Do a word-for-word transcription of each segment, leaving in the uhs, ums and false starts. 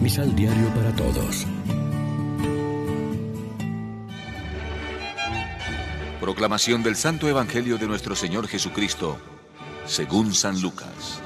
Misal Diario para Todos. Proclamación del Santo Evangelio de nuestro Señor Jesucristo, según San Lucas.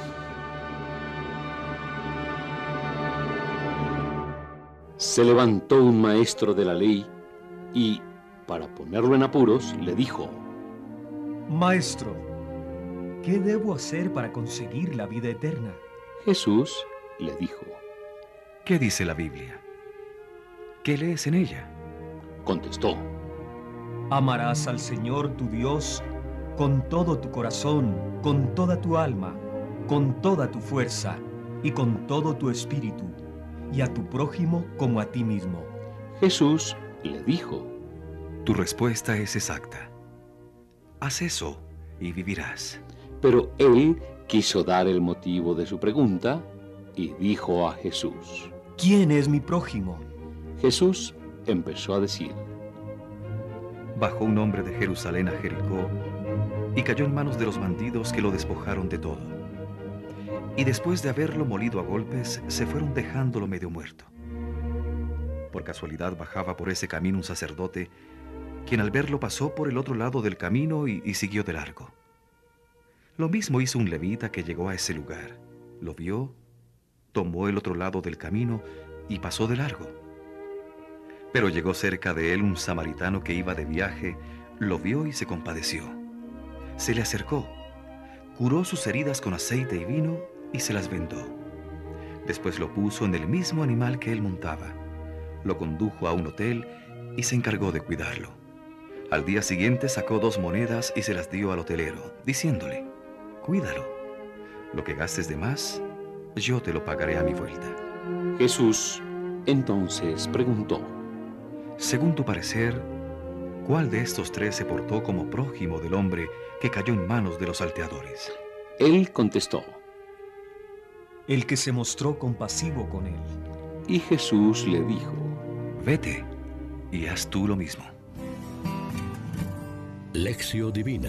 Se levantó un maestro de la ley y, para ponerlo en apuros, le dijo: Maestro, ¿qué debo hacer para conseguir la vida eterna? Jesús le dijo: ¿Qué dice la Biblia? ¿Qué lees en ella? Contestó: Amarás al Señor tu Dios con todo tu corazón, con toda tu alma, con toda tu fuerza y con todo tu espíritu, y a tu prójimo como a ti mismo. Jesús le dijo: Tu respuesta es exacta. Haz eso y vivirás. Pero él quiso dar el motivo de su pregunta y dijo a Jesús: ¿Quién es mi prójimo? Jesús empezó a decir: Bajó un hombre de Jerusalén a Jericó y cayó en manos de los bandidos que lo despojaron de todo. Y después de haberlo molido a golpes, se fueron dejándolo medio muerto. Por casualidad bajaba por ese camino un sacerdote, quien al verlo pasó por el otro lado del camino y, y siguió de largo. Lo mismo hizo un levita que llegó a ese lugar. Lo vio, tomó el otro lado del camino y pasó de largo. Pero llegó cerca de él un samaritano que iba de viaje, lo vio y se compadeció. Se le acercó, curó sus heridas con aceite y vino y se las vendó. Después lo puso en el mismo animal que él montaba, lo condujo a un hotel y se encargó de cuidarlo. Al día siguiente sacó dos monedas y se las dio al hotelero, diciéndole: Cuídalo. Lo que gastes de más, yo te lo pagaré a mi vuelta. Jesús entonces preguntó: Según tu parecer, ¿cuál de estos tres se portó como prójimo del hombre que cayó en manos de los salteadores? Él contestó: El que se mostró compasivo con él. Y Jesús le dijo: Vete y haz tú lo mismo. Lección Divina.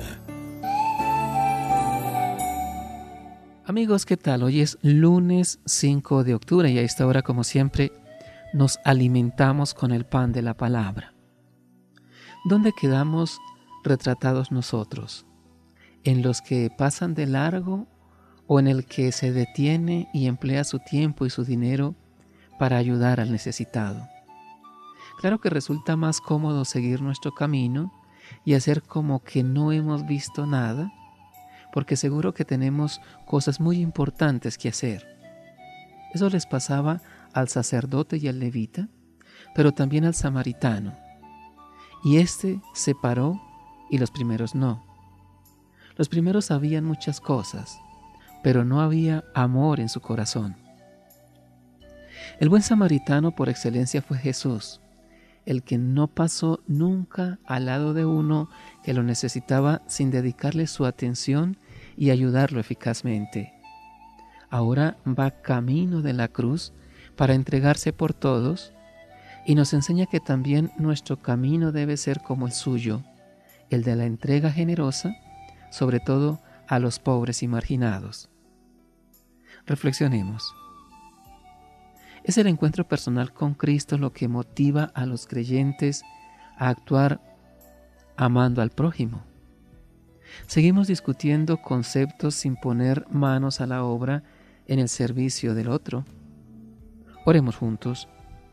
Amigos, ¿qué tal? Hoy es lunes cinco de octubre y a esta hora, como siempre, nos alimentamos con el pan de la palabra. ¿Dónde quedamos retratados nosotros? ¿En los que pasan de largo o en el que se detiene y emplea su tiempo y su dinero para ayudar al necesitado? Claro que resulta más cómodo seguir nuestro camino y hacer como que no hemos visto nada, porque seguro que tenemos cosas muy importantes que hacer. Eso les pasaba al sacerdote y al levita, pero también al samaritano. Y este se paró y los primeros no. Los primeros sabían muchas cosas, pero no había amor en su corazón. El buen samaritano por excelencia fue Jesús, el que no pasó nunca al lado de uno que lo necesitaba sin dedicarle su atención y ayudarlo eficazmente. Ahora va camino de la cruz para entregarse por todos y nos enseña que también nuestro camino debe ser como el suyo, el de la entrega generosa, sobre todo a los pobres y marginados. Reflexionemos. ¿Es el encuentro personal con Cristo lo que motiva a los creyentes a actuar amando al prójimo? Seguimos discutiendo conceptos sin poner manos a la obra en el servicio del otro. Oremos juntos.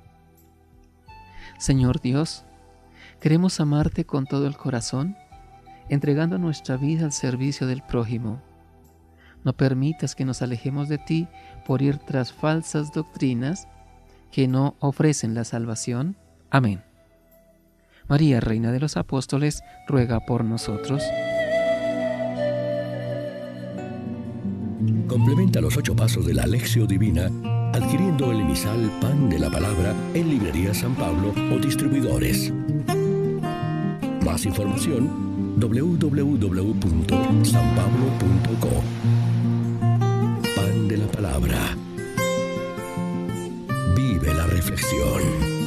Señor Dios, queremos amarte con todo el corazón, entregando nuestra vida al servicio del prójimo. No permitas que nos alejemos de ti por ir tras falsas doctrinas que no ofrecen la salvación. Amén. María, Reina de los Apóstoles, ruega por nosotros. Complementa los ocho pasos de la Lección Divina adquiriendo el emisal Pan de la Palabra en Librería San Pablo o distribuidores. Más información: doble u doble u doble u punto san pablo punto co. Pan de la Palabra. Vive la reflexión.